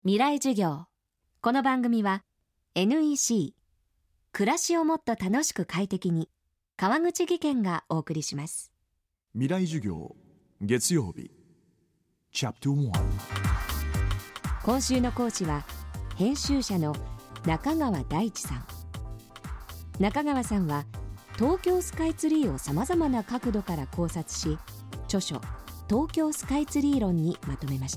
未来授業。この番組は NEC 暮らしをもっと楽しく快適に川口義賢がお送りします。 未来授業月曜日チャプター1。 今週の講師は編集者の中川大地さん。中川さんは東京スカイツリーをさまざまな角度から考察し、著書東京スカイツリー論にまとめました。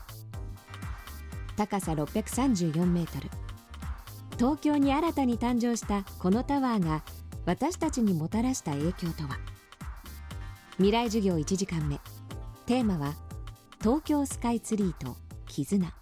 高さ634メートル、東京に新たに誕生したこのタワーが私たちにもたらした影響とは。未来授業1時間目、テーマは東京スカイツリーと絆。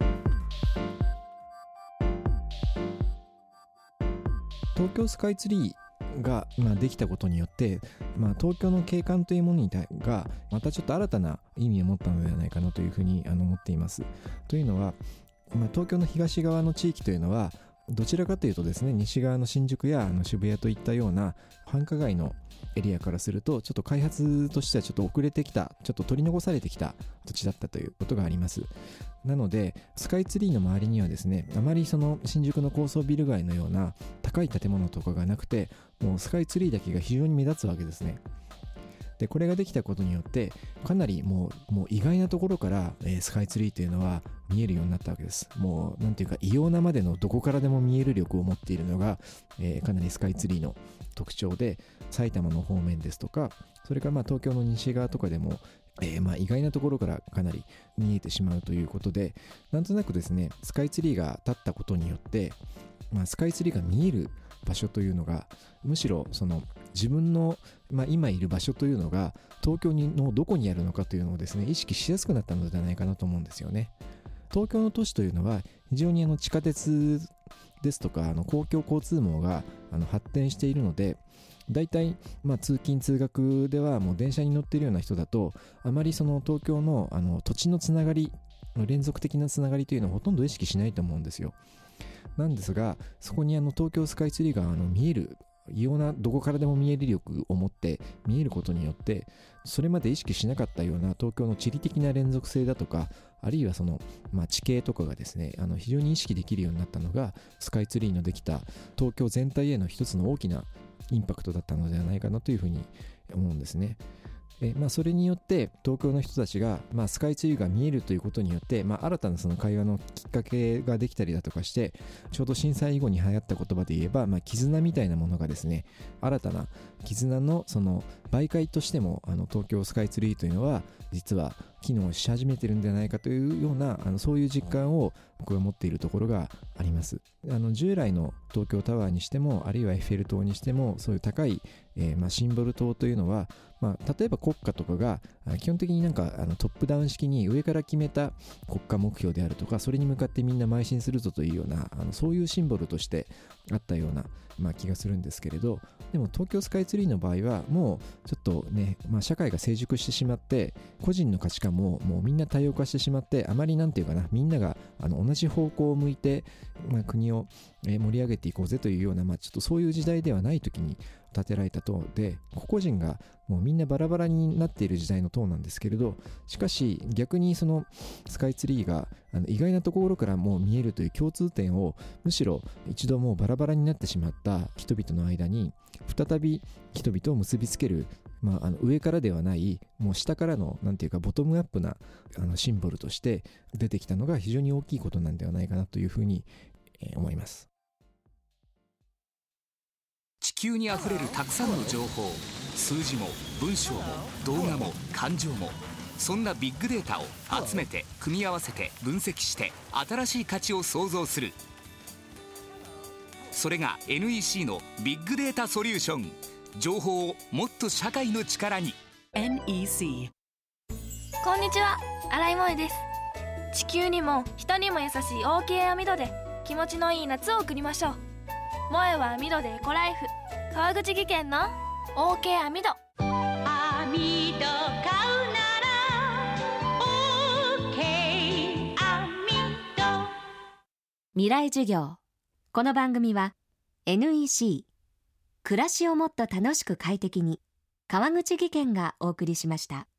東京スカイツリーができたことによって、東京の景観というものがまたちょっと新たな意味を持ったのではないかなというふうに思っています。というのは、東京の東側の地域というのはどちらかというとですね、西側の新宿や渋谷といったような繁華街のエリアからするとちょっと開発としてはちょっと遅れてきた、ちょっと取り残されてきた土地だったということがあります。なのでスカイツリーの周りにはですね、あまりその新宿の高層ビル街のような高い建物とかがなくて、もうスカイツリーだけが非常に目立つわけですね。でこれができたことによってかなりもう意外なところから、スカイツリーというのは見えるようになったわけです。もうなんていうか異様なまでのどこからでも見える力を持っているのが、かなりスカイツリーの特徴で、埼玉の方面ですとか、それから東京の西側とかでも、意外なところからかなり見えてしまうということで、なんとなくですね、スカイツリーが立ったことによって、スカイツリーが見える場所というのが、むしろその自分の、今いる場所というのが東京のどこにあるのかというのをですね、意識しやすくなったのではないかなと思うんですよね。東京の都市というのは非常に地下鉄ですとか公共交通網が発展しているので、だいたい通勤通学ではもう電車に乗っているような人だと、あまりその東京の土地のつながりの連続的なつながりというのをほとんど意識しないと思うんですよ。なんですが、そこに東京スカイツリーが見える、異様などこからでも見える力を持って見えることによって、それまで意識しなかったような東京の地理的な連続性だとか、あるいはその、地形とかがですね、非常に意識できるようになったのがスカイツリーのできた東京全体への一つの大きなインパクトだったのではないかなというふうに思うんですね。それによって東京の人たちが、スカイツリーが見えるということによって、新たなその会話のきっかけができたりだとかして、ちょうど震災以後に流行った言葉で言えば、絆みたいなものがですね、新たな絆のその媒介としても東京スカイツリーというのは実は機能し始めてるんじゃないかというようなそういう実感を僕は持っているところがあります。従来の東京タワーにしても、あるいはエッフェル塔にしても、そういう高い、シンボル塔というのは、例えば国家とかが基本的にトップダウン式に上から決めた国家目標であるとか、それに向かってみんな邁進するぞというようなそういうシンボルとしてあったような、気がするんですけれど、でも東京スカイツリーの場合はもうちょっとね、社会が成熟してしまって、個人の価値観ももうみんな多様化してしまって、あまりみんなが同じ方向を向いて、国を盛り上げていこうぜというような、ちょっとそういう時代ではない時に建てられた塔で、個々人がもうみんなバラバラになっている時代の塔なんですけれど、しかし逆にそのスカイツリーが意外なところからもう見えるという共通点を、むしろ一度もうバラバラになってしまった人々の間に再び人々を結びつける、上からではない、もう下からのボトムアップなシンボルとして出てきたのが非常に大きいことなんではないかなというふうに思います。 地球にあふれるたくさんの情報、数字も文章も動画も感情も、そんなビッグデータを集めて組み合わせて分析して新しい価値を創造する、それが NEC のビッグデータソリューション。情報をもっと社会の力に。 NEC。 こんにちは、新井萌です。地球にも人にも優しい OK 網戸で気持ちのいい夏を送りましょう。萌えは網戸でエコライフ、川口技研の OK 網戸。 網戸買うなら OK 網戸。 未来授業。この番組は NEC 暮らしをもっと楽しく快適に川口義賢がお送りしました。